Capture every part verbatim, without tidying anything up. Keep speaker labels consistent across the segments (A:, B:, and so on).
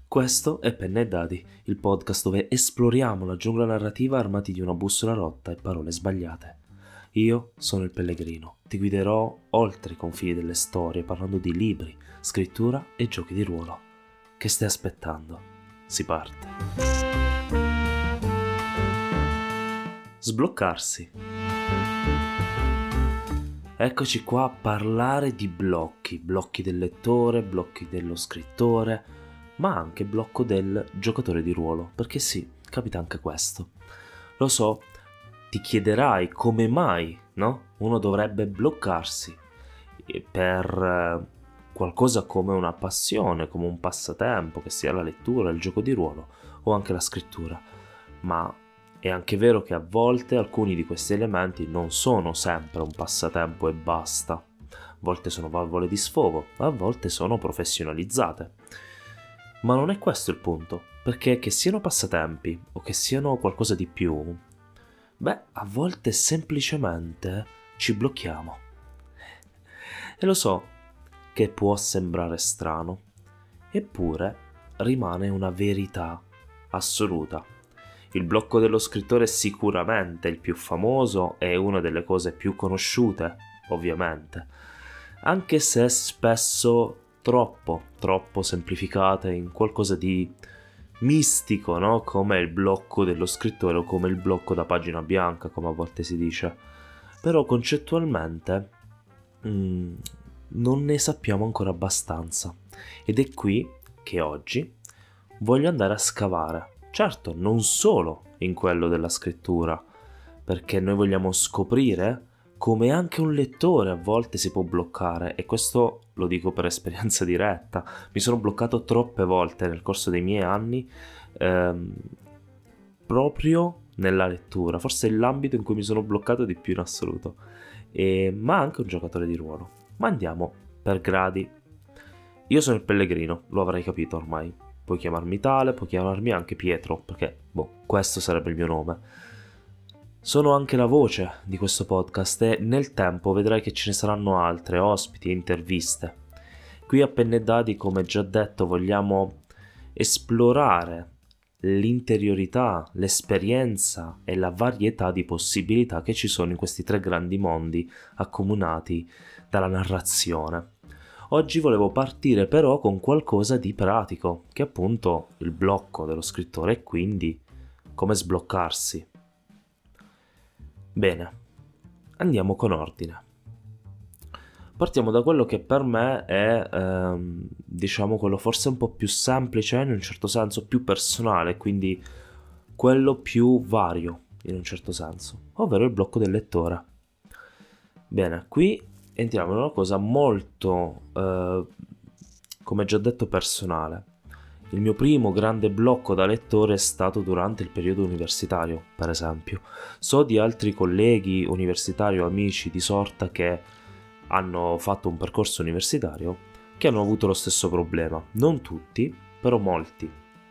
A: Questo è Penna e Dadi, il podcast dove esploriamo la giungla narrativa armati di una bussola rotta e parole sbagliate. Io sono il Pellegrino, ti guiderò oltre i confini delle storie parlando di libri, scrittura e giochi di ruolo. Che stai aspettando? Si parte. Sbloccarsi. Eccoci qua a parlare di blocchi, blocchi del lettore, blocchi dello scrittore, ma anche blocco del giocatore di ruolo, perché sì, capita anche questo. Lo so, ti chiederai come mai, no? Uno dovrebbe bloccarsi per qualcosa come una passione, come un passatempo, che sia la lettura, il gioco di ruolo o anche la scrittura. Ma è anche vero che a volte alcuni di questi elementi non sono sempre un passatempo e basta. A volte sono valvole di sfogo, a volte sono professionalizzate. Ma non è questo il punto, perché che siano passatempi o che siano qualcosa di più, beh, a volte semplicemente ci blocchiamo. E lo so che può sembrare strano, eppure rimane una verità assoluta. Il blocco dello scrittore è sicuramente il più famoso e una delle cose più conosciute, ovviamente, anche se spesso troppo, troppo semplificate in qualcosa di mistico, no? Come il blocco dello scrittore o come il blocco da pagina bianca, come a volte si dice. Però concettualmente mh, non ne sappiamo ancora abbastanza. Ed è qui che oggi voglio andare a scavare. Certo, non solo in quello della scrittura, perché noi vogliamo scoprire come anche un lettore a volte si può bloccare, e questo lo dico per esperienza diretta. Mi sono bloccato troppe volte nel corso dei miei anni ehm, proprio nella lettura, forse è l'ambito in cui mi sono bloccato di più in assoluto, e, ma anche un giocatore di ruolo. Ma andiamo per gradi. Io sono il Pellegrino, lo avrai capito ormai. Puoi chiamarmi tale, puoi chiamarmi anche Pietro, perché boh, questo sarebbe il mio nome. Sono anche la voce di questo podcast e nel tempo vedrai che ce ne saranno altre, ospiti e interviste. Qui a Penna e Dadi, come già detto, vogliamo esplorare l'interiorità, l'esperienza e la varietà di possibilità che ci sono in questi tre grandi mondi accomunati dalla narrazione. Oggi volevo partire però con qualcosa di pratico, che è appunto il blocco dello scrittore e quindi come sbloccarsi. Bene, andiamo con ordine. Partiamo da quello che per me è, ehm, diciamo, quello forse un po' più semplice, in un certo senso, più personale, quindi quello più vario, in un certo senso, ovvero il blocco del lettore. Bene, qui entriamo in una cosa molto, eh, come già detto, personale. Il mio primo grande blocco da lettore è stato durante il periodo universitario, per esempio. So di altri colleghi universitari o amici di sorta che hanno fatto un percorso universitario che hanno avuto lo stesso problema. Non tutti, però molti.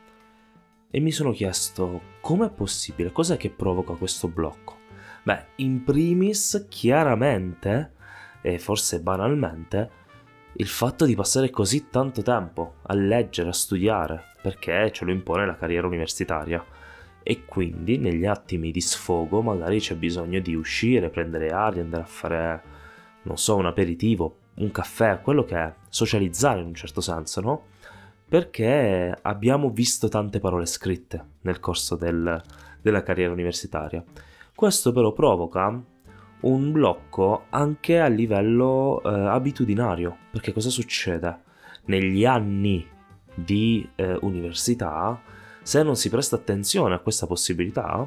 A: E mi sono chiesto com'è possibile, cos'è che provoca questo blocco? Beh, in primis, chiaramente, e forse banalmente, il fatto di passare così tanto tempo a leggere, a studiare, perché ce lo impone la carriera universitaria, e quindi negli attimi di sfogo magari c'è bisogno di uscire, prendere aria, andare a fare, non so, un aperitivo, un caffè, quello che è, socializzare in un certo senso, no? Perché abbiamo visto tante parole scritte nel corso del, della carriera universitaria. Questo però provoca un blocco anche a livello eh, abitudinario, perché cosa succede? Negli anni di eh, università, se non si presta attenzione a questa possibilità,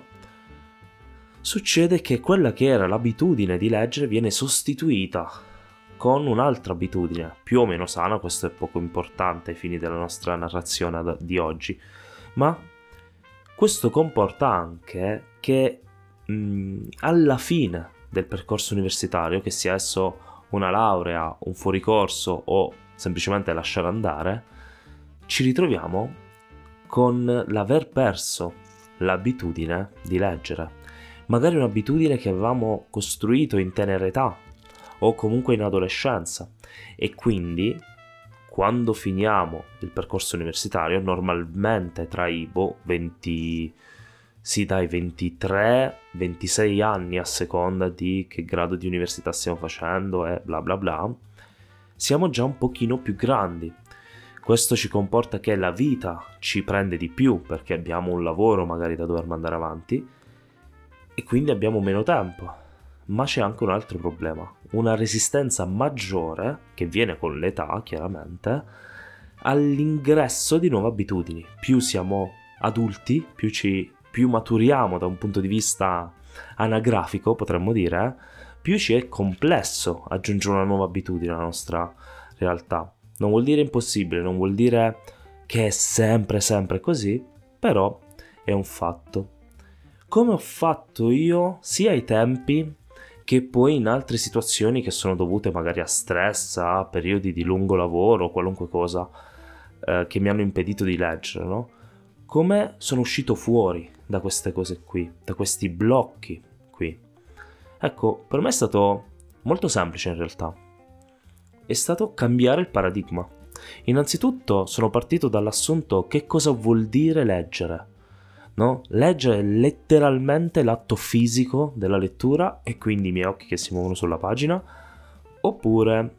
A: succede che quella che era l'abitudine di leggere viene sostituita con un'altra abitudine, più o meno sana. Questo è poco importante ai fini della nostra narrazione di oggi, ma questo comporta anche che mh, alla fine del percorso universitario, che sia esso una laurea, un fuoricorso o semplicemente lasciare andare, ci ritroviamo con l'aver perso l'abitudine di leggere. Magari un'abitudine che avevamo costruito in tenera età o comunque in adolescenza, e quindi quando finiamo il percorso universitario, normalmente tra i boh, venti, sì dai, ventitré ventisei anni a seconda di che grado di università stiamo facendo e bla bla bla, siamo già un pochino più grandi. Questo ci comporta che la vita ci prende di più perché abbiamo un lavoro magari da dover mandare avanti e quindi abbiamo meno tempo. Ma c'è anche un altro problema, una resistenza maggiore, che viene con l'età chiaramente, all'ingresso di nuove abitudini. Più siamo adulti, più ci più maturiamo da un punto di vista anagrafico, potremmo dire, più ci è complesso aggiungere una nuova abitudine alla nostra realtà. Non vuol dire impossibile, non vuol dire che è sempre sempre così, però è un fatto. Come ho fatto io sia ai tempi che poi in altre situazioni che sono dovute magari a stress, a periodi di lungo lavoro, qualunque cosa eh, che mi hanno impedito di leggere, no? Come sono uscito fuori da queste cose qui, da questi blocchi qui. Ecco, per me è stato molto semplice in realtà. È stato cambiare il paradigma. Innanzitutto sono partito dall'assunto che cosa vuol dire leggere. No? Leggere è letteralmente l'atto fisico della lettura e quindi i miei occhi che si muovono sulla pagina, oppure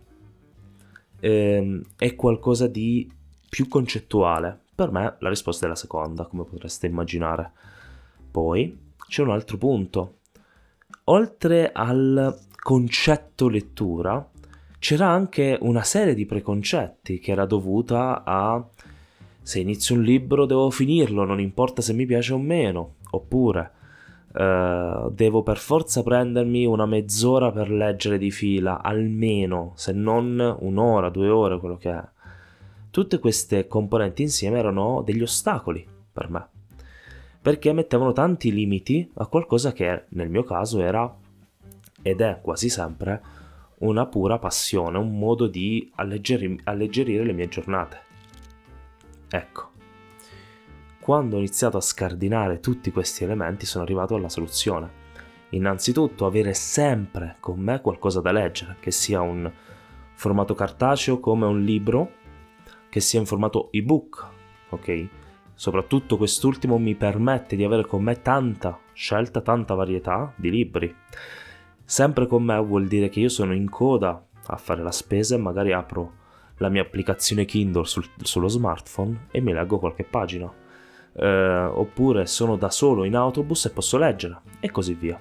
A: ehm, è qualcosa di più concettuale. Per me la risposta è la seconda, come potreste immaginare. Poi c'è un altro punto. Oltre al concetto lettura, c'era anche una serie di preconcetti che era dovuta a: se inizio un libro devo finirlo, non importa se mi piace o meno, oppure eh, devo per forza prendermi una mezz'ora per leggere di fila, almeno, se non un'ora, due ore, quello che è. Tutte queste componenti insieme erano degli ostacoli per me, perché mettevano tanti limiti a qualcosa che nel mio caso era, ed è quasi sempre, una pura passione, un modo di alleggeri- alleggerire le mie giornate. Ecco, quando ho iniziato a scardinare tutti questi elementi sono arrivato alla soluzione. Innanzitutto avere sempre con me qualcosa da leggere, che sia un formato cartaceo come un libro, che sia in formato ebook, ok? Soprattutto quest'ultimo mi permette di avere con me tanta scelta, tanta varietà di libri. Sempre con me vuol dire che io sono in coda a fare la spesa e magari apro la mia applicazione Kindle sul, sullo smartphone e mi leggo qualche pagina. Eh, oppure sono da solo in autobus e posso leggere, e così via.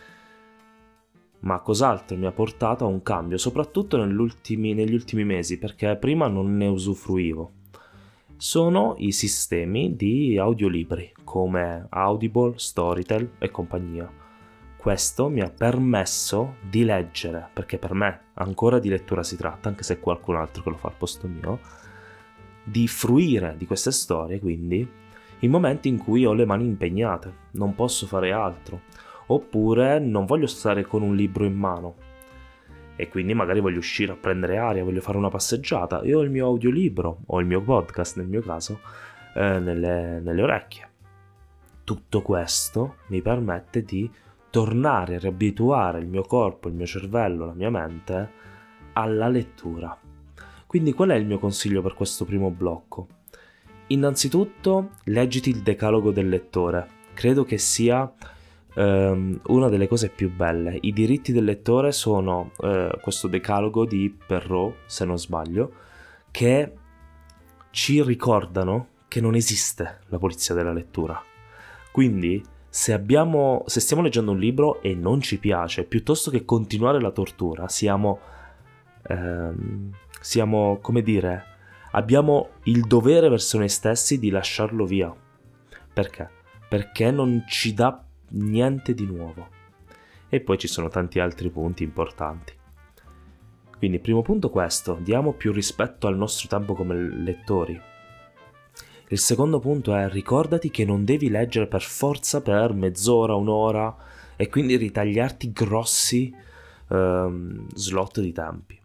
A: Ma cos'altro mi ha portato a un cambio, soprattutto negli ultimi, negli ultimi mesi, perché prima non ne usufruivo. Sono i sistemi di audiolibri, come Audible, Storytel e compagnia. Questo mi ha permesso di leggere, perché per me ancora di lettura si tratta, anche se è qualcun altro che lo fa al posto mio, di fruire di queste storie, quindi, in momenti in cui ho le mani impegnate, non posso fare altro, oppure non voglio stare con un libro in mano, e quindi magari voglio uscire a prendere aria, voglio fare una passeggiata, e ho il mio audiolibro, o il mio podcast nel mio caso, eh, nelle, nelle orecchie. Tutto questo mi permette di tornare a riabituare il mio corpo, il mio cervello, la mia mente alla lettura. Quindi qual è il mio consiglio per questo primo blocco? Innanzitutto leggiti il decalogo del lettore. Credo che sia ehm, una delle cose più belle. I diritti del lettore sono eh, questo decalogo di Perrault, se non sbaglio, che ci ricordano che non esiste la polizia della lettura. Quindi Se, abbiamo, se stiamo leggendo un libro e non ci piace, piuttosto che continuare la tortura, siamo, ehm, siamo, come dire, abbiamo il dovere verso noi stessi di lasciarlo via. Perché? Perché non ci dà niente di nuovo. E poi ci sono tanti altri punti importanti. Quindi, primo punto questo, diamo più rispetto al nostro tempo come lettori. Il secondo punto è: ricordati che non devi leggere per forza per mezz'ora, un'ora e quindi ritagliarti grossi ehm, slot di tempi.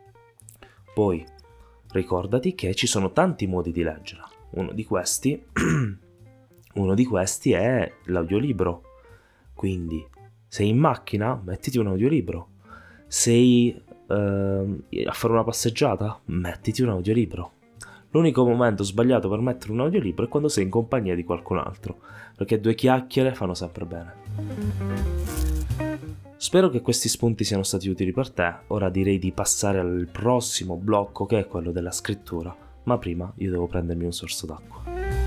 A: Poi ricordati che ci sono tanti modi di leggere. Uno di questi, uno di questi è l'audiolibro. Quindi sei in macchina, mettiti un audiolibro. Sei eh, a fare una passeggiata? Mettiti un audiolibro. L'unico momento sbagliato per mettere un audiolibro è quando sei in compagnia di qualcun altro, perché due chiacchiere fanno sempre bene. Spero che questi spunti siano stati utili per te. Ora direi di passare al prossimo blocco, che è quello della scrittura, ma prima io devo prendermi un sorso d'acqua.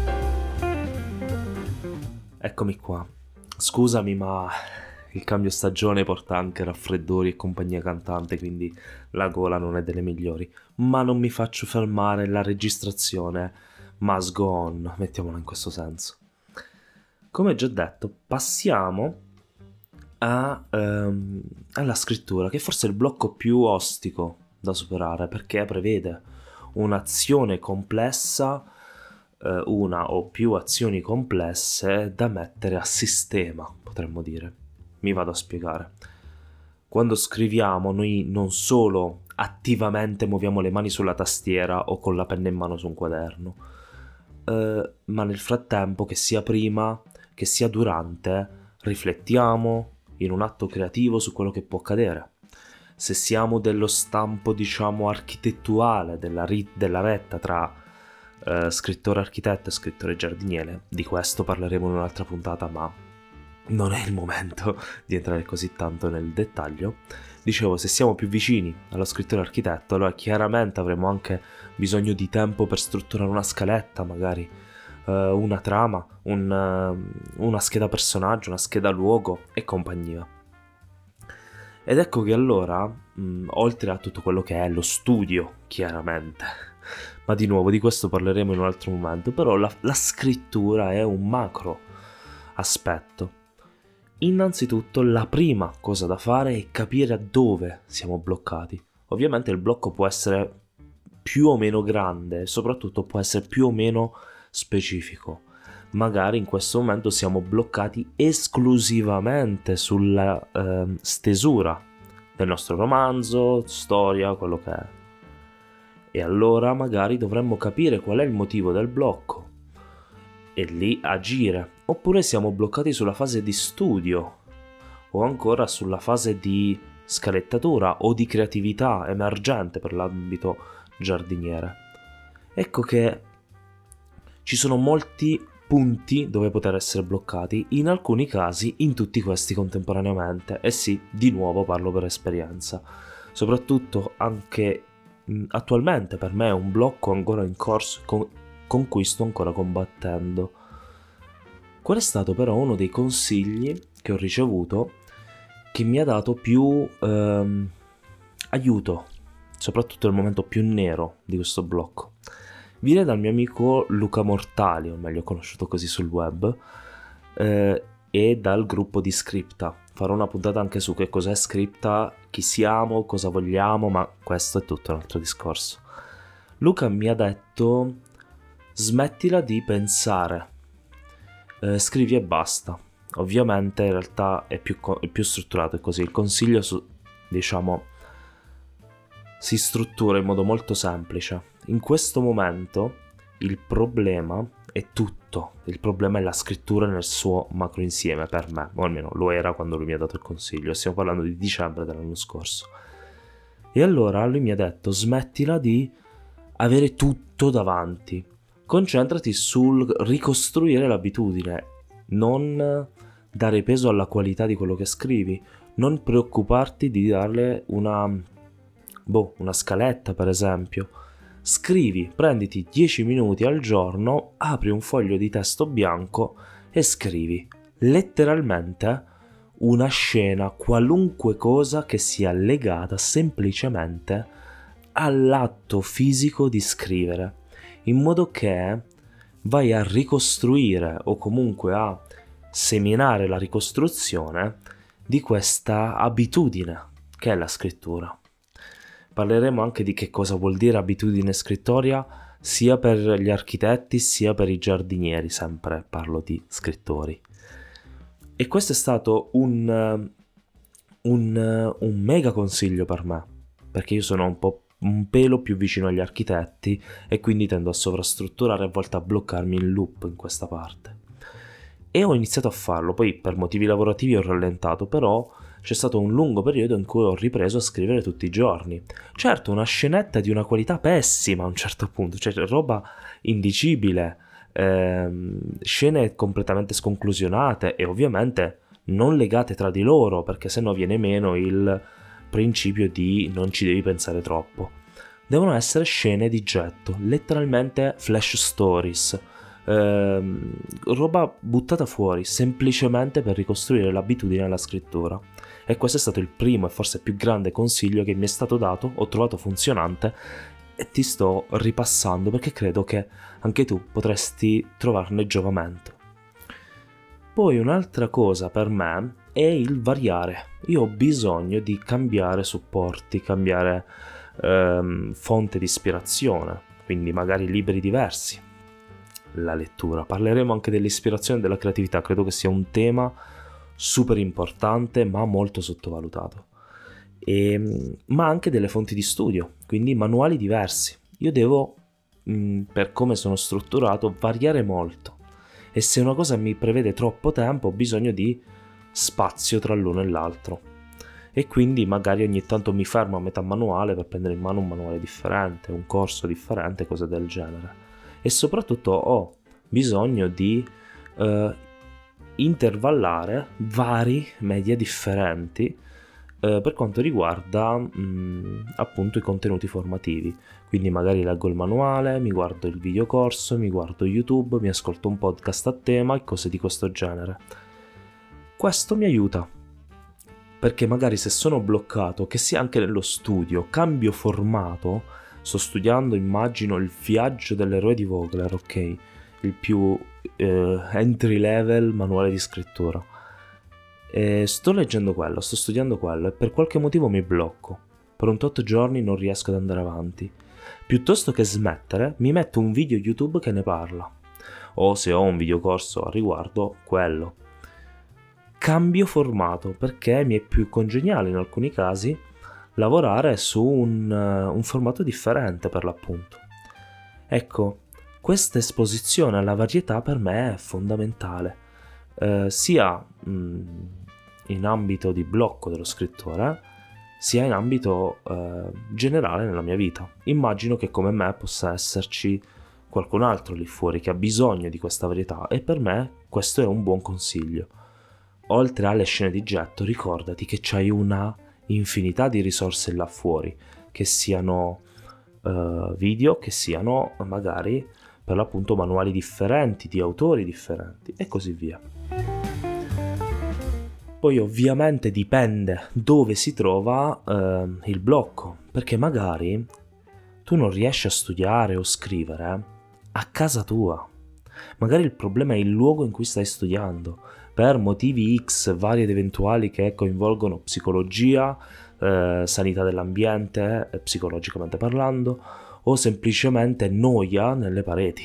A: Eccomi qua. Scusami, ma il cambio stagione porta anche raffreddori e compagnia cantante, quindi la gola non è delle migliori, ma non mi faccio fermare, la registrazione must go on, mettiamola in questo senso. Come già detto, passiamo a, um, alla scrittura, che forse è il blocco più ostico da superare, perché prevede un'azione complessa, eh, una o più azioni complesse da mettere a sistema, potremmo dire. Mi vado a spiegare. Quando scriviamo, noi non solo attivamente muoviamo le mani sulla tastiera o con la penna in mano su un quaderno, eh, ma nel frattempo, che sia prima, che sia durante, riflettiamo in un atto creativo su quello che può accadere. Se siamo dello stampo, diciamo, architettuale, della, ri- della retta tra eh, scrittore architetto e scrittore giardiniere, di questo parleremo in un'altra puntata, ma non è il momento di entrare così tanto nel dettaglio. Dicevo, se siamo più vicini allo scrittore architetto, allora chiaramente avremo anche bisogno di tempo per strutturare una scaletta, magari uh, una trama, un, uh, una scheda personaggio, una scheda luogo e compagnia. Ed ecco che allora, mh, oltre a tutto quello che è lo studio, chiaramente, ma di nuovo di questo parleremo in un altro momento, però la, la scrittura è un macro aspetto. Innanzitutto la prima cosa da fare è capire a dove siamo bloccati. Ovviamente il blocco può essere più o meno grande, soprattutto può essere più o meno specifico. Magari in questo momento siamo bloccati esclusivamente sulla eh, stesura del nostro romanzo, storia, quello che è. E allora magari dovremmo capire qual è il motivo del blocco e lì agire. Oppure siamo bloccati sulla fase di studio o ancora sulla fase di scalettatura o di creatività emergente per l'ambito giardiniere. Ecco che ci sono molti punti dove poter essere bloccati, in alcuni casi in tutti questi contemporaneamente. E sì, di nuovo parlo per esperienza, soprattutto anche mh, attualmente per me è un blocco ancora in corso con, con cui sto ancora combattendo. Qual è stato però uno dei consigli che ho ricevuto che mi ha dato più ehm, aiuto, soprattutto nel momento più nero di questo blocco? Viene dal mio amico Luca Mortali, o meglio conosciuto così sul web, eh, e dal gruppo di Scripta. Farò una puntata anche su che cos'è Scripta, chi siamo, cosa vogliamo, ma questo è tutto un altro discorso. Luca mi ha detto: smettila di pensare, eh, scrivi e basta. Ovviamente in realtà è più, co- è più strutturato, è così. Il consiglio, su, diciamo, si struttura in modo molto semplice. In questo momento il problema è tutto, il problema è la scrittura nel suo macro insieme per me, o almeno lo era quando lui mi ha dato il consiglio. Stiamo parlando di dicembre dell'anno scorso. E allora lui mi ha detto: smettila di avere tutto davanti, concentrati sul ricostruire l'abitudine, non dare peso alla qualità di quello che scrivi, non preoccuparti di darle una, boh, una scaletta per esempio. Scrivi, prenditi dieci minuti al giorno, apri un foglio di testo bianco e scrivi letteralmente una scena, qualunque cosa che sia legata semplicemente all'atto fisico di scrivere, in modo che vai a ricostruire o comunque a seminare la ricostruzione di questa abitudine che è la scrittura. Parleremo anche di che cosa vuol dire abitudine scrittoria sia per gli architetti sia per i giardinieri, sempre parlo di scrittori. E questo è stato un, un, un mega consiglio per me, perché io sono un po' un pelo più vicino agli architetti e quindi tendo a sovrastrutturare e a volte a bloccarmi in loop in questa parte. E ho iniziato a farlo, poi per motivi lavorativi ho rallentato, però c'è stato un lungo periodo in cui ho ripreso a scrivere tutti i giorni. Certo, una scenetta di una qualità pessima a un certo punto, cioè roba indicibile, ehm, scene completamente sconclusionate e ovviamente non legate tra di loro, perché sennò viene meno il principio di non ci devi pensare troppo. Devono essere scene di getto, letteralmente flash stories, ehm, roba buttata fuori semplicemente per ricostruire l'abitudine alla scrittura. E questo è stato il primo e forse più grande consiglio che mi è stato dato, ho trovato funzionante e ti sto ripassando perché credo che anche tu potresti trovarne giovamento. Poi un'altra cosa per me è il variare. Io ho bisogno di cambiare supporti, cambiare ehm, fonte di ispirazione, quindi magari libri diversi. La lettura. Parleremo anche dell'ispirazione e della creatività, credo che sia un tema super importante ma molto sottovalutato. E, ma anche delle fonti di studio, quindi manuali diversi. Io devo, mh, per come sono strutturato, variare molto. E se una cosa mi prevede troppo tempo ho bisogno di spazio tra l'uno e l'altro e quindi magari ogni tanto mi fermo a metà manuale per prendere in mano un manuale differente, un corso differente, cose del genere. E soprattutto ho bisogno di eh, intervallare vari media differenti eh, per quanto riguarda mh, appunto i contenuti formativi. Quindi magari leggo il manuale, mi guardo il videocorso, mi guardo YouTube, mi ascolto un podcast a tema e cose di questo genere. Questo mi aiuta, perché magari se sono bloccato, che sia anche nello studio, cambio formato, sto studiando, immagino, il viaggio dell'eroe di Vogler, ok? Il più eh, entry level manuale di scrittura. E sto leggendo quello, sto studiando quello e per qualche motivo mi blocco. Per un tot giorni non riesco ad andare avanti. Piuttosto che smettere, mi metto un video YouTube che ne parla. O se ho un videocorso a riguardo, quello. Cambio formato perché mi è più congeniale in alcuni casi lavorare su un, uh, un formato differente per l'appunto. Ecco, questa esposizione alla varietà per me è fondamentale, eh, sia mh, in ambito di blocco dello scrittore, sia in ambito eh, generale nella mia vita. Immagino che come me possa esserci qualcun altro lì fuori che ha bisogno di questa varietà e per me questo è un buon consiglio. Oltre alle scene di getto, ricordati che c'hai una infinità di risorse là fuori, che siano uh, video, che siano magari per l'appunto manuali differenti, di autori differenti e così via. Poi ovviamente dipende dove si trova uh, il blocco, perché magari tu non riesci a studiare o scrivere a casa tua. Magari il problema è il luogo in cui stai studiando, per motivi X vari ed eventuali che coinvolgono psicologia, eh, sanità dell'ambiente, eh, psicologicamente parlando, o semplicemente noia nelle pareti,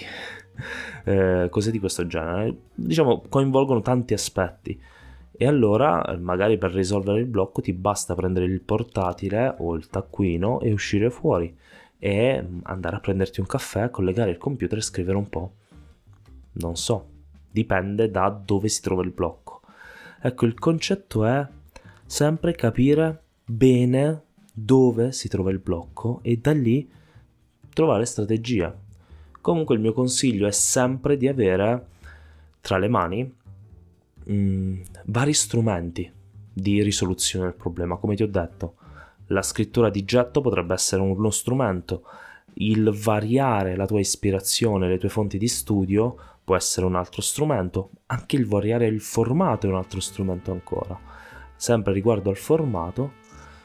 A: eh, cose di questo genere. Diciamo, coinvolgono tanti aspetti. E allora, magari per risolvere il blocco, ti basta prendere il portatile o il taccuino e uscire fuori e andare a prenderti un caffè, collegare il computer e scrivere un po'. Non so. Dipende da dove si trova il blocco. Ecco, il concetto è sempre capire bene dove si trova il blocco e da lì trovare strategie. Comunque il mio consiglio è sempre di avere tra le mani mh, vari strumenti di risoluzione del problema. Come ti ho detto, la scrittura di getto potrebbe essere uno strumento, il variare la tua ispirazione, le tue fonti di studio può essere un altro strumento, anche il variare il formato è un altro strumento ancora. Sempre riguardo al formato,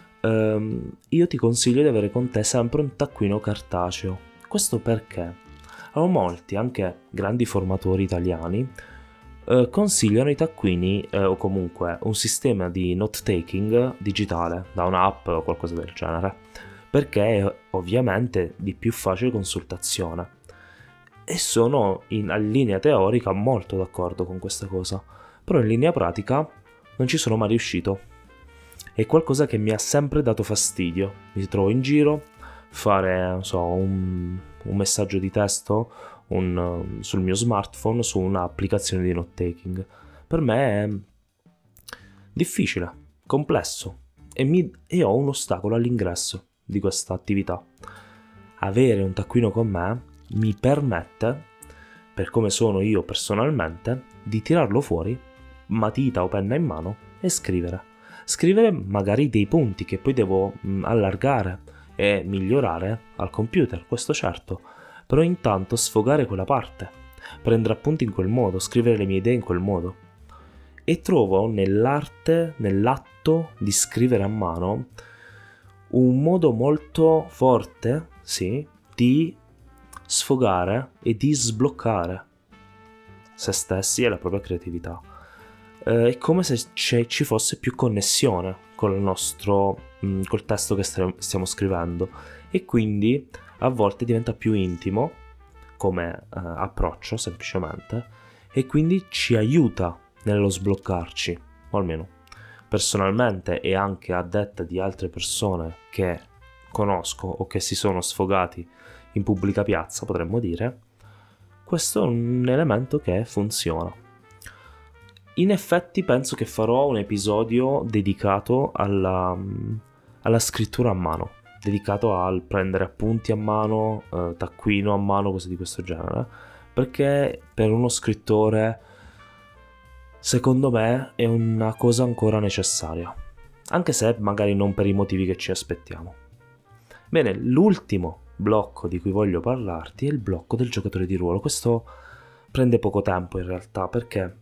A: ehm, io ti consiglio di avere con te sempre un taccuino cartaceo. Questo perché? Allora, molti, anche grandi formatori italiani, eh, consigliano i taccuini eh, o comunque un sistema di note-taking digitale, da un'app o qualcosa del genere, perché è ovviamente di più facile consultazione. E sono in linea teorica molto d'accordo con questa cosa, però in linea pratica non ci sono mai riuscito. È qualcosa che mi ha sempre dato fastidio. Mi trovo in giro, fare, non so, un, un messaggio di testo un, sul mio smartphone su un'applicazione di note taking. Per me è difficile, complesso e, mi, e ho un ostacolo all'ingresso di questa attività. Avere un taccuino con me mi permette, per come sono io personalmente, di tirarlo fuori, matita o penna in mano, e scrivere. Scrivere magari dei punti che poi devo mh, allargare e migliorare al computer, questo certo, però intanto sfogare quella parte, prendere appunti in quel modo, scrivere le mie idee in quel modo. E trovo nell'arte, nell'atto di scrivere a mano, un modo molto forte, sì, di sfogare e di sbloccare se stessi e la propria creatività. Eh, è come se ci fosse più connessione con il nostro, mh, col testo che stiamo scrivendo, e quindi a volte diventa più intimo come eh, approccio semplicemente, e quindi ci aiuta nello sbloccarci, o almeno personalmente e anche a detta di altre persone che conosco o che si sono sfogati in pubblica piazza, potremmo dire, questo è un elemento che funziona. In effetti penso che farò un episodio dedicato alla, alla scrittura a mano, dedicato al prendere appunti a mano, eh, taccuino a mano, cose di questo genere, perché per uno scrittore, secondo me, è una cosa ancora necessaria, anche se magari non per i motivi che ci aspettiamo. Bene, l'ultimo blocco di cui voglio parlarti è il blocco del giocatore di ruolo. Questo prende poco tempo in realtà, perché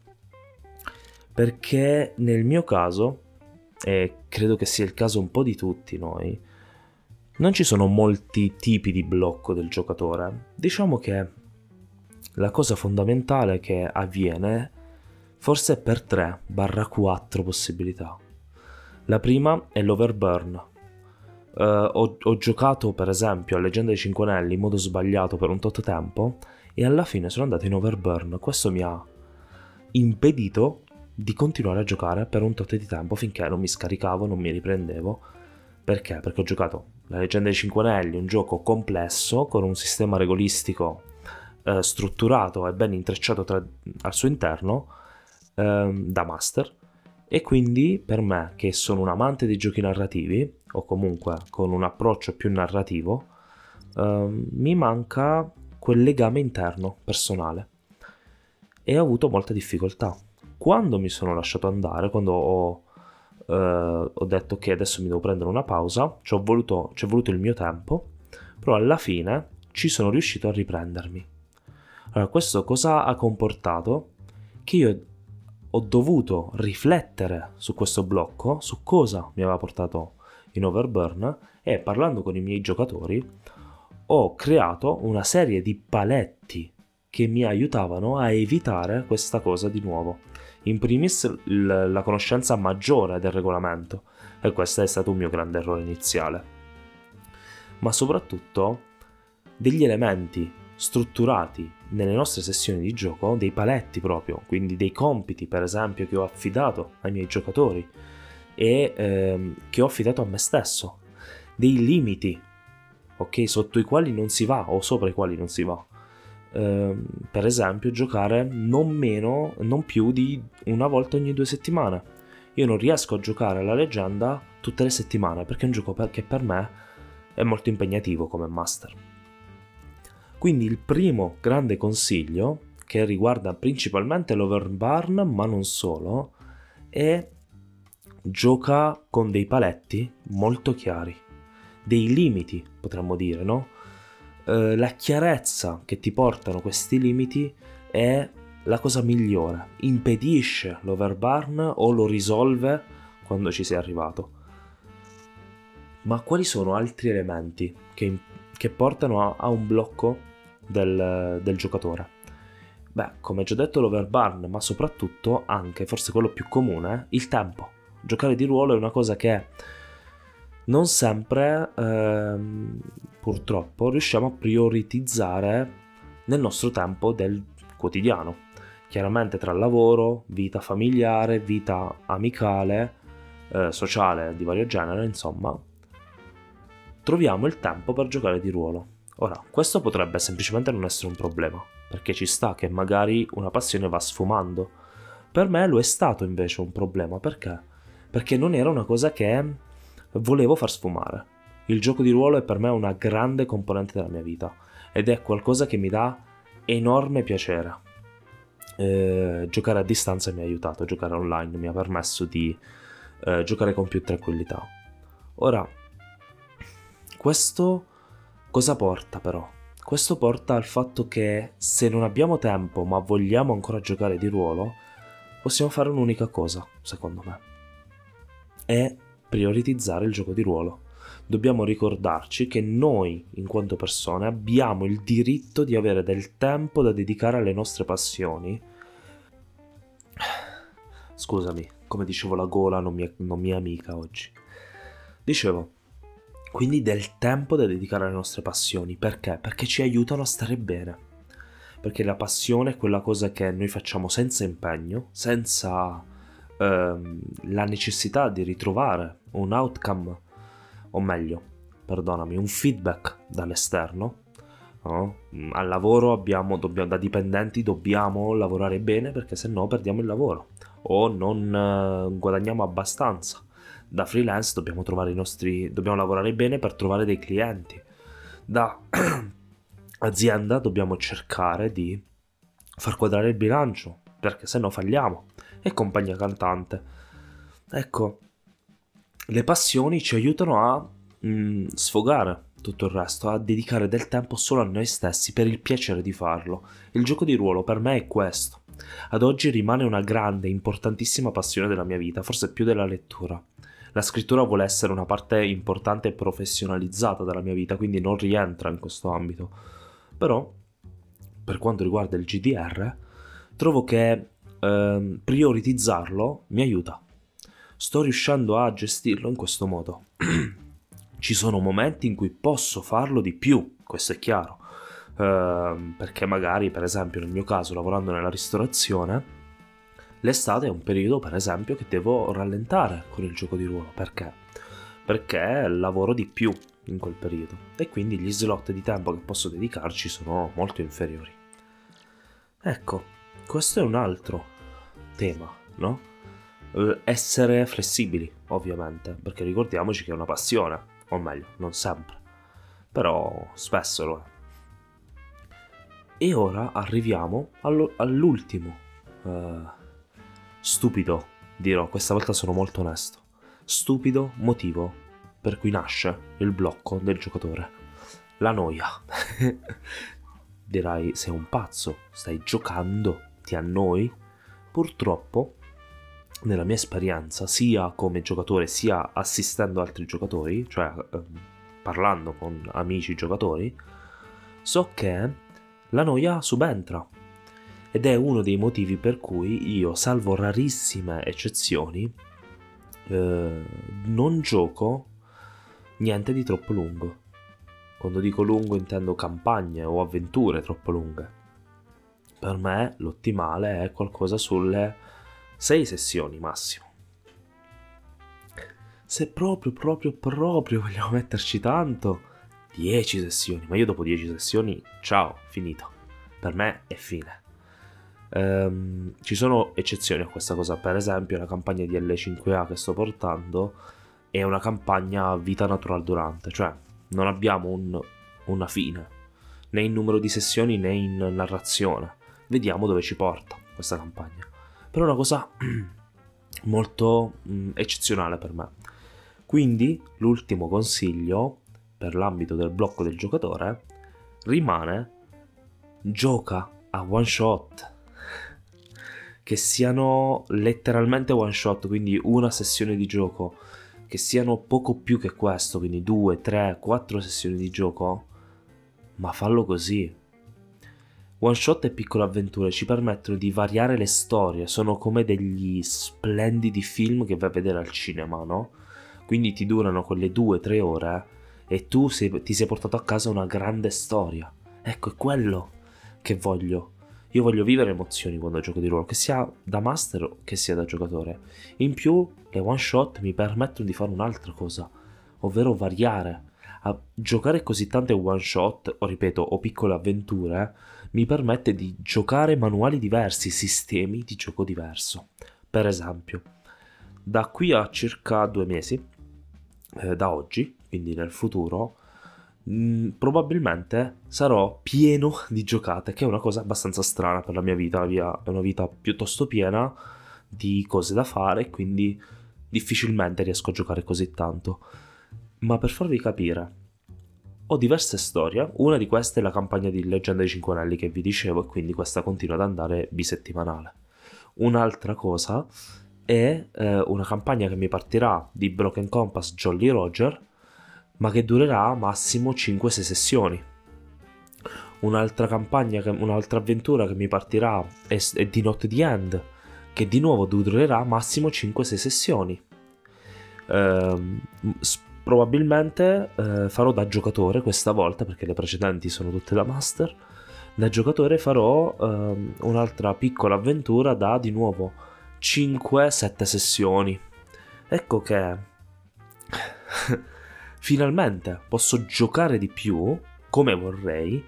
A: perché nel mio caso, e credo che sia il caso un po' di tutti noi, non ci sono molti tipi di blocco del giocatore. Diciamo che la cosa fondamentale che avviene forse è per tre quattro possibilità. La prima è l'overburn. Uh, ho, ho giocato per esempio a Leggenda dei Cinque Anelli in modo sbagliato per un tot tempo e alla fine sono andato in overburn. Questo mi ha impedito di continuare a giocare per un tot di tempo, finché non mi scaricavo, non mi riprendevo. Perché? Perché ho giocato La Leggenda dei Cinque Anelli, un gioco complesso con un sistema regolistico eh, strutturato e ben intrecciato tra, al suo interno, eh, da master, e quindi per me, che sono un amante dei giochi narrativi o comunque con un approccio più narrativo, eh, mi manca quel legame interno personale e ho avuto molta difficoltà. Quando mi sono lasciato andare, quando ho, eh, ho detto che adesso mi devo prendere una pausa, ci ho voluto, ci è voluto il mio tempo, però alla fine ci sono riuscito a riprendermi. Allora, questo cosa ha comportato? Che io ho dovuto riflettere su questo blocco, su cosa mi aveva portato in overburn, e parlando con i miei giocatori ho creato una serie di paletti che mi aiutavano a evitare questa cosa di nuovo. In primis l- la conoscenza maggiore del regolamento, e questo è stato un mio grande errore iniziale, ma soprattutto degli elementi strutturati nelle nostre sessioni di gioco, dei paletti proprio, quindi dei compiti per esempio che ho affidato ai miei giocatori e ehm, che ho affidato a me stesso, dei limiti, ok, sotto i quali non si va o sopra i quali non si va. Uh, per esempio giocare non meno, non più di una volta ogni due settimane. Io non riesco a giocare alla leggenda tutte le settimane perché è un gioco che per me è molto impegnativo come master. Quindi il primo grande consiglio, che riguarda principalmente l'overburn ma non solo, è gioca con dei paletti molto chiari, dei limiti potremmo dire, no? La chiarezza che ti portano questi limiti è la cosa migliore, impedisce l'overburn o lo risolve quando ci sei arrivato. Ma quali sono altri elementi che, che portano a, a un blocco del, del giocatore? Beh, come già detto l'overburn, ma soprattutto anche, forse quello più comune, il tempo. Giocare di ruolo è una cosa che non sempre, ehm, purtroppo, riusciamo a prioritizzare nel nostro tempo del quotidiano. Chiaramente tra lavoro, vita familiare, vita amicale, eh, sociale di vario genere, insomma, troviamo il tempo per giocare di ruolo. Ora, questo potrebbe semplicemente non essere un problema, perché ci sta che magari una passione va sfumando. Per me lo è stato invece un problema, perché? perché non era una cosa che volevo far sfumare. Il gioco di ruolo è per me una grande componente della mia vita ed è qualcosa che mi dà enorme piacere. Eh, giocare a distanza mi ha aiutato, giocare online mi ha permesso di eh, giocare con più tranquillità. Ora, questo cosa porta però? Questo porta al fatto che se non abbiamo tempo ma vogliamo ancora giocare di ruolo, possiamo fare un'unica cosa, secondo me, è prioritizzare il gioco di ruolo. Dobbiamo ricordarci che noi, in quanto persone, abbiamo il diritto di avere del tempo da dedicare alle nostre passioni. Scusami, come dicevo, la gola non mi è, non mi è amica oggi. Dicevo, quindi del tempo da dedicare alle nostre passioni. Perché? Perché ci aiutano a stare bene. Perché la passione è quella cosa che noi facciamo senza impegno, senza ehm, la necessità di ritrovare un outcome, o meglio, perdonami, un feedback dall'esterno. No? Al lavoro abbiamo, dobbiamo, da dipendenti dobbiamo lavorare bene perché se no perdiamo il lavoro o non eh, guadagniamo abbastanza. Da freelance dobbiamo trovare i nostri, dobbiamo lavorare bene per trovare dei clienti. Da azienda dobbiamo cercare di far quadrare il bilancio perché se no falliamo. E compagnia cantante. Ecco, le passioni ci aiutano a mh, sfogare tutto il resto, a dedicare del tempo solo a noi stessi per il piacere di farlo. Il gioco di ruolo per me è questo. Ad oggi rimane una grande, importantissima passione della mia vita, forse più della lettura. La scrittura vuole essere una parte importante e professionalizzata della mia vita, quindi non rientra in questo ambito. Però, per quanto riguarda il G D R, trovo che eh, prioritizzarlo mi aiuta. Sto riuscendo a gestirlo in questo modo. Ci sono momenti in cui posso farlo di più, questo è chiaro, uh, perché magari, per esempio, nel mio caso, lavorando nella ristorazione, l'estate è un periodo, per esempio, che devo rallentare con il gioco di ruolo. Perché? Perché lavoro di più in quel periodo e quindi gli slot di tempo che posso dedicarci sono molto inferiori. Ecco, questo è un altro tema, no? Uh, essere flessibili, ovviamente, perché ricordiamoci che è una passione. O meglio, non sempre, però spesso lo è. E ora arriviamo allo, all'ultimo uh, stupido, dirò, questa volta sono molto onesto, stupido motivo per cui nasce il blocco del giocatore: la noia. Dirai, sei un pazzo, stai giocando, ti annoi? Purtroppo, nella mia esperienza, sia come giocatore sia assistendo altri giocatori, cioè eh, parlando con amici giocatori, so che la noia subentra ed è uno dei motivi per cui io, salvo rarissime eccezioni, eh, non gioco niente di troppo lungo. Quando dico lungo intendo campagne o avventure troppo lunghe. Per me l'ottimale è qualcosa sulle sei sessioni massimo. Se proprio, proprio, proprio vogliamo metterci tanto, dieci sessioni. Ma io dopo dieci sessioni, ciao, finito. Per me è fine. Ehm, ci sono eccezioni a questa cosa. Per esempio la campagna di L cinque A che sto portando è una campagna vita natural durante. Cioè non abbiamo un, una fine, né in numero di sessioni né in narrazione. Vediamo dove ci porta questa campagna. Però è una cosa molto mh, eccezionale per me. Quindi l'ultimo consiglio per l'ambito del blocco del giocatore rimane: gioca a one shot, che siano letteralmente one shot, quindi una sessione di gioco, che siano poco più che questo, quindi due, tre, quattro sessioni di gioco, ma fallo così. One shot e piccole avventure ci permettono di variare le storie, sono come degli splendidi film che vai a vedere al cinema, no? Quindi ti durano quelle due tre ore e tu sei, ti sei portato a casa una grande storia. Ecco, è quello che voglio. Io voglio vivere emozioni quando gioco di ruolo, che sia da master o che sia da giocatore. In più, le one shot mi permettono di fare un'altra cosa, ovvero variare. A giocare così tante one shot, o ripeto, o piccole avventure, mi permette di giocare manuali diversi, sistemi di gioco diverso. Per esempio, da qui a circa due mesi, eh, da oggi, quindi nel futuro, mh, probabilmente sarò pieno di giocate, che è una cosa abbastanza strana per la mia vita. La mia è una vita piuttosto piena di cose da fare, quindi difficilmente riesco a giocare così tanto. Ma per farvi capire, ho diverse storie. Una di queste è la campagna di Leggenda dei Cinque Anelli che vi dicevo, e quindi questa continua ad andare bisettimanale. Un'altra cosa è eh, una campagna che mi partirà di Broken Compass Jolly Roger, ma che durerà massimo cinque sei sessioni. Un'altra campagna, che, un'altra avventura che mi partirà è, è di Not the End, che di nuovo durerà massimo cinque sei sessioni. Ehm, probabilmente eh, farò da giocatore questa volta, perché le precedenti sono tutte da master. Da giocatore farò ehm, un'altra piccola avventura da di nuovo cinque sette sessioni. Ecco che finalmente posso giocare di più come vorrei,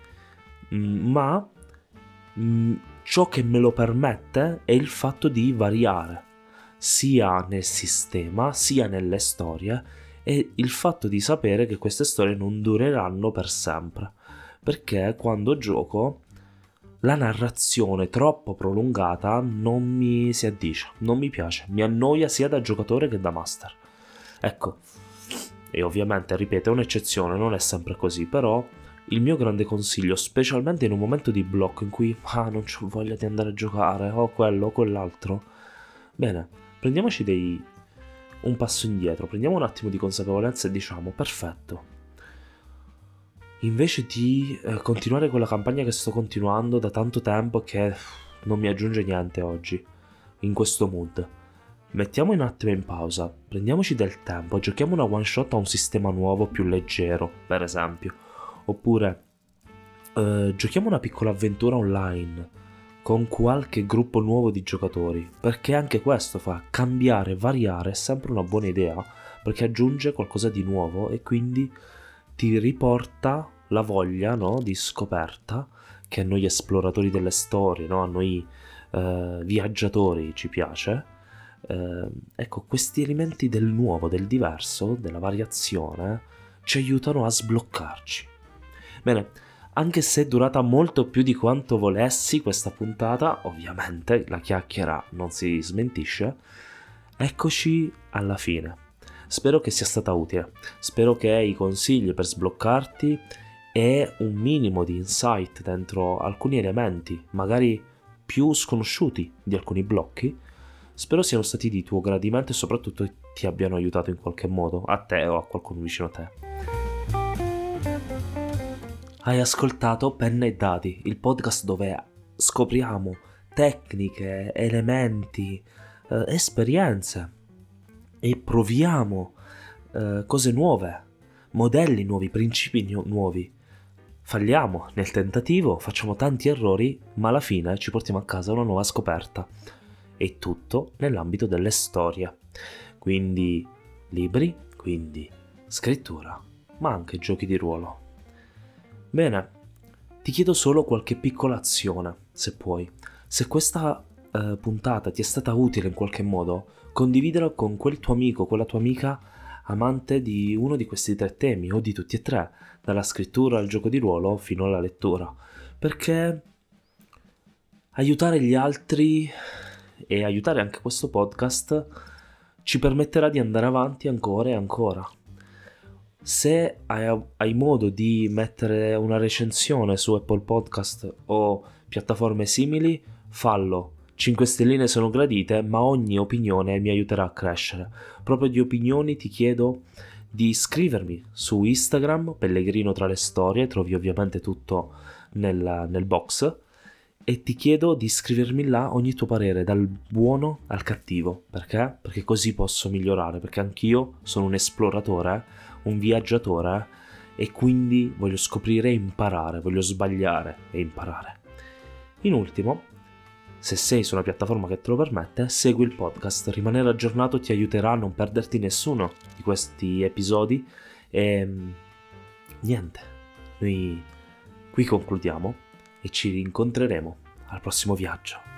A: ma mh, ciò che me lo permette è il fatto di variare sia nel sistema sia nelle storie, e il fatto di sapere che queste storie non dureranno per sempre, perché quando gioco la narrazione troppo prolungata non mi si addice, non mi piace, mi annoia sia da giocatore che da master. Ecco, e ovviamente, ripeto, è un'eccezione, non è sempre così, però il mio grande consiglio, specialmente in un momento di blocco in cui ah, non c'ho voglia di andare a giocare, o quello o quell'altro, bene, prendiamoci dei un passo indietro, prendiamo un attimo di consapevolezza e diciamo: perfetto, invece di eh, continuare con la campagna che sto continuando da tanto tempo, che non mi aggiunge niente oggi, in questo mood, mettiamo un attimo in pausa, prendiamoci del tempo, giochiamo una one shot a un sistema nuovo più leggero, per esempio, oppure eh, giochiamo una piccola avventura online con qualche gruppo nuovo di giocatori, perché anche questo fa cambiare, variare, è sempre una buona idea, perché aggiunge qualcosa di nuovo e quindi ti riporta la voglia, no, di scoperta che a noi esploratori delle storie, no, a noi eh, viaggiatori ci piace. Eh, ecco, questi elementi del nuovo, del diverso, della variazione ci aiutano a sbloccarci. Bene, anche se è durata molto più di quanto volessi questa puntata, ovviamente la chiacchiera non si smentisce, eccoci alla fine. Spero che sia stata utile, spero che i consigli per sbloccarti e un minimo di insight dentro alcuni elementi, magari più sconosciuti di alcuni blocchi, spero siano stati di tuo gradimento e soprattutto ti abbiano aiutato in qualche modo, a te o a qualcuno vicino a te. Hai ascoltato Penna e Dadi, il podcast dove scopriamo tecniche, elementi, eh, esperienze e proviamo eh, cose nuove, modelli nuovi, principi nu- nuovi. Falliamo nel tentativo, facciamo tanti errori, ma alla fine ci portiamo a casa una nuova scoperta. E tutto nell'ambito delle storie. Quindi libri, quindi scrittura, ma anche giochi di ruolo. Bene, ti chiedo solo qualche piccola azione, se puoi. Se questa eh, puntata ti è stata utile in qualche modo, condividila con quel tuo amico, quella tua amica amante di uno di questi tre temi, o di tutti e tre, dalla scrittura al gioco di ruolo fino alla lettura, perché aiutare gli altri e aiutare anche questo podcast ci permetterà di andare avanti ancora e ancora. Se hai, hai modo di mettere una recensione su Apple Podcast o piattaforme simili, fallo. cinque stelline sono gradite, ma ogni opinione mi aiuterà a crescere. Proprio di opinioni ti chiedo di scrivermi su Instagram, Pellegrino tra le storie, trovi ovviamente tutto nel, nel box, e ti chiedo di scrivermi là ogni tuo parere, dal buono al cattivo. Perché? Perché così posso migliorare, perché anch'io sono un esploratore, un viaggiatore, e quindi voglio scoprire e imparare, voglio sbagliare e imparare. In ultimo, se sei su una piattaforma che te lo permette, segui il podcast, rimanere aggiornato ti aiuterà a non perderti nessuno di questi episodi. E niente, noi qui concludiamo e ci rincontreremo al prossimo viaggio.